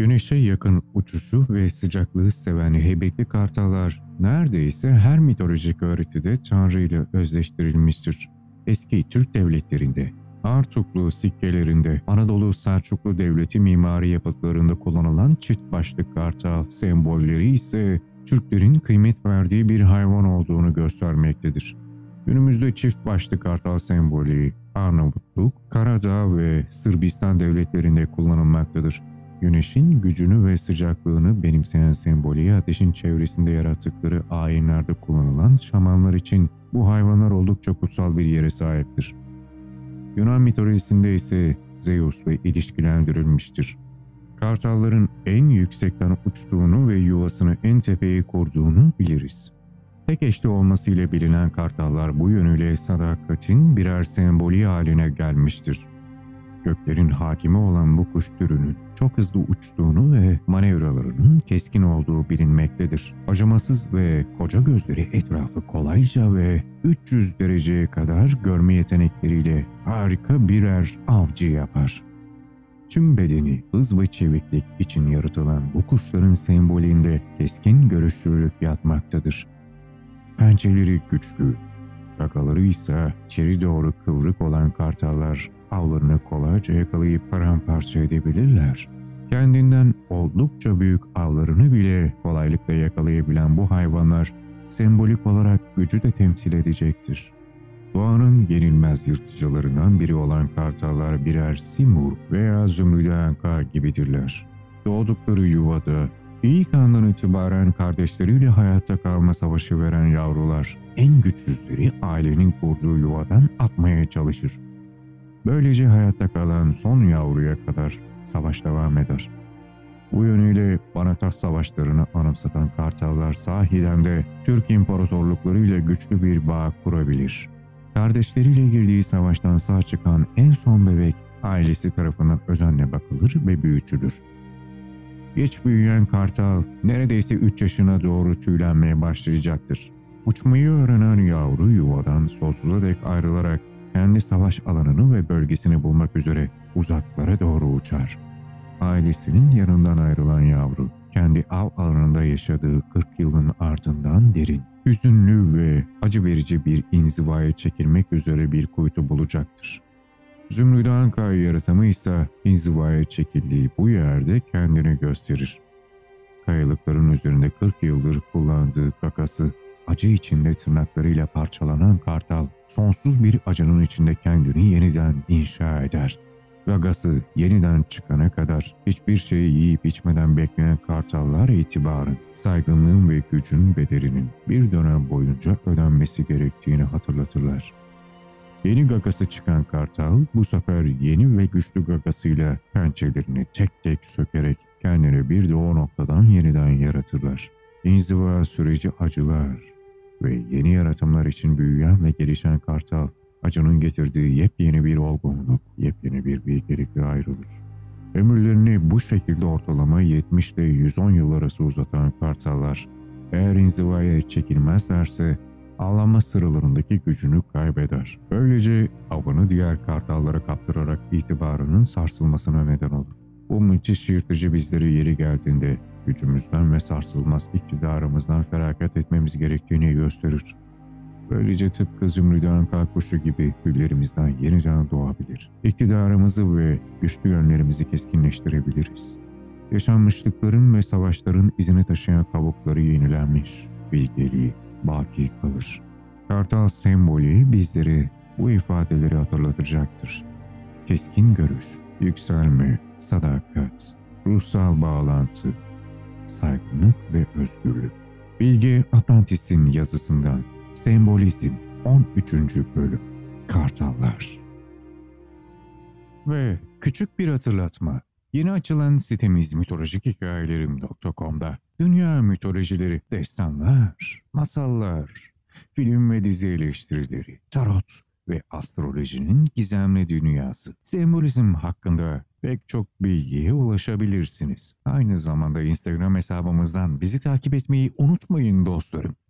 Güneşe yakın uçuşu ve sıcaklığı seven heybetli kartallar neredeyse her mitolojik öğretide Tanrı ile özdeştirilmiştir. Eski Türk devletlerinde, Artuklu sikkelerinde, Anadolu Selçuklu Devleti mimari yapıtlarında kullanılan çift başlı kartal sembolleri ise Türklerin kıymet verdiği bir hayvan olduğunu göstermektedir. Günümüzde çift başlı kartal sembolü Arnavutluk, Karadağ ve Sırbistan devletlerinde kullanılmaktadır. Güneşin gücünü ve sıcaklığını benimseyen sembolü ateşin çevresinde yarattıkları ayinlerde kullanılan şamanlar için bu hayvanlar oldukça kutsal bir yere sahiptir. Yunan mitolojisinde ise Zeus'la ilişkilendirilmiştir. Kartalların en yüksekten uçtuğunu ve yuvasını en tepeye kurduğunu biliriz. Tek eşli olmasıyla bilinen kartallar bu yönüyle sadakatin birer sembolü haline gelmiştir. Göklerin hakimi olan bu kuş türünün çok hızlı uçtuğunu ve manevralarının keskin olduğu bilinmektedir. Acımasız ve koca gözleri etrafı kolayca ve 300 dereceye kadar görme yetenekleriyle harika birer avcı yapar. Tüm bedeni hız ve çeviklik için yaratılan bu kuşların sembolünde keskin görüşlülük yatmaktadır. Pençeleri güçlü, gagaları ise içeri doğru kıvrık olan kartallar avlarını kolayca yakalayıp paramparça edebilirler. Kendinden oldukça büyük avlarını bile kolaylıkla yakalayabilen bu hayvanlar sembolik olarak gücü de temsil edecektir. Doğanın yenilmez yırtıcılarından biri olan kartallar birer simur veya zümrüt anka gibidirler. Doğdukları yuvada İlk andan itibaren kardeşleriyle hayatta kalma savaşı veren yavrular, en güçsüzleri ailenin kurduğu yuvadan atmaya çalışır. Böylece hayatta kalan son yavruya kadar savaş devam eder. Bu yönüyle Banatas savaşlarını anımsatan kartallar sahiden de Türk imparatorlukları ile güçlü bir bağ kurabilir. Kardeşleriyle girdiği savaştan sağ çıkan en son bebek ailesi tarafından özenle bakılır ve büyütülür. Geç büyüyen kartal neredeyse 3 yaşına doğru tüylenmeye başlayacaktır. Uçmayı öğrenen yavru yuvadan sonsuza dek ayrılarak kendi savaş alanını ve bölgesini bulmak üzere uzaklara doğru uçar. Ailesinin yanından ayrılan yavru kendi av alanında yaşadığı 40 yılın ardından derin, hüzünlü ve acı verici bir inzivaya çekilmek üzere bir kuytu bulacaktır. Zümrüt anka yaratımı ise inzivaya çekildiği bu yerde kendini gösterir. Kayalıkların üzerinde 40 yıldır kullandığı kakası, acı içinde tırnaklarıyla parçalanan kartal, sonsuz bir acının içinde kendini yeniden inşa eder. Gagası yeniden çıkana kadar hiçbir şeyi yiyip içmeden bekleyen kartallar itibaren saygınlığın ve gücün bedelinin bir dönem boyunca ödenmesi gerektiğini hatırlatırlar. Yeni gagası çıkan kartal bu sefer yeni ve güçlü gagasıyla pençelerini tek tek sökerek kendini bir de o noktadan yeniden yaratırlar. İnziva süreci acılar ve yeni yaratımlar için büyüyen ve gelişen kartal, acının getirdiği yepyeni bir olgunluk, yepyeni bir bilgelikle ayrılır. Ömürlerini bu şekilde ortalama 70 ile 110 yıl arası uzatan kartallar, eğer inzivaya çekilmezlerse avlanma sıralarındaki gücünü kaybeder. Böylece avını diğer kartallara kaptırarak itibarının sarsılmasına neden olur. Bu müthiş yırtıcı bizleri yeri geldiğinde gücümüzden ve sarsılmaz iktidarımızdan feragat etmemiz gerektiğini gösterir. Böylece tıpkı zümrüt anka kuşu gibi güllerimizden yeniden doğabilir. İktidarımızı ve güçlü yönlerimizi keskinleştirebiliriz. Yaşanmışlıkların ve savaşların izini taşıyan kabukları yenilenmiş, bilgeliği baki kalır. Kartal sembolü bizleri bu ifadeleri hatırlatacaktır. Keskin görüş, yükselme, sadakat, ruhsal bağlantı, saygınlık ve özgürlük. Bilge Atlantis'in yazısından Sembolizm 13. bölüm Kartallar. Ve küçük bir hatırlatma. Yeni açılan sitemiz mitolojikHikayelerim.com'da dünya mitolojileri, destanlar, masallar, film ve dizi eleştirileri, tarot ve astrolojinin gizemli dünyası, sembolizm hakkında pek çok bilgiye ulaşabilirsiniz. Aynı zamanda Instagram hesabımızdan bizi takip etmeyi unutmayın dostlarım.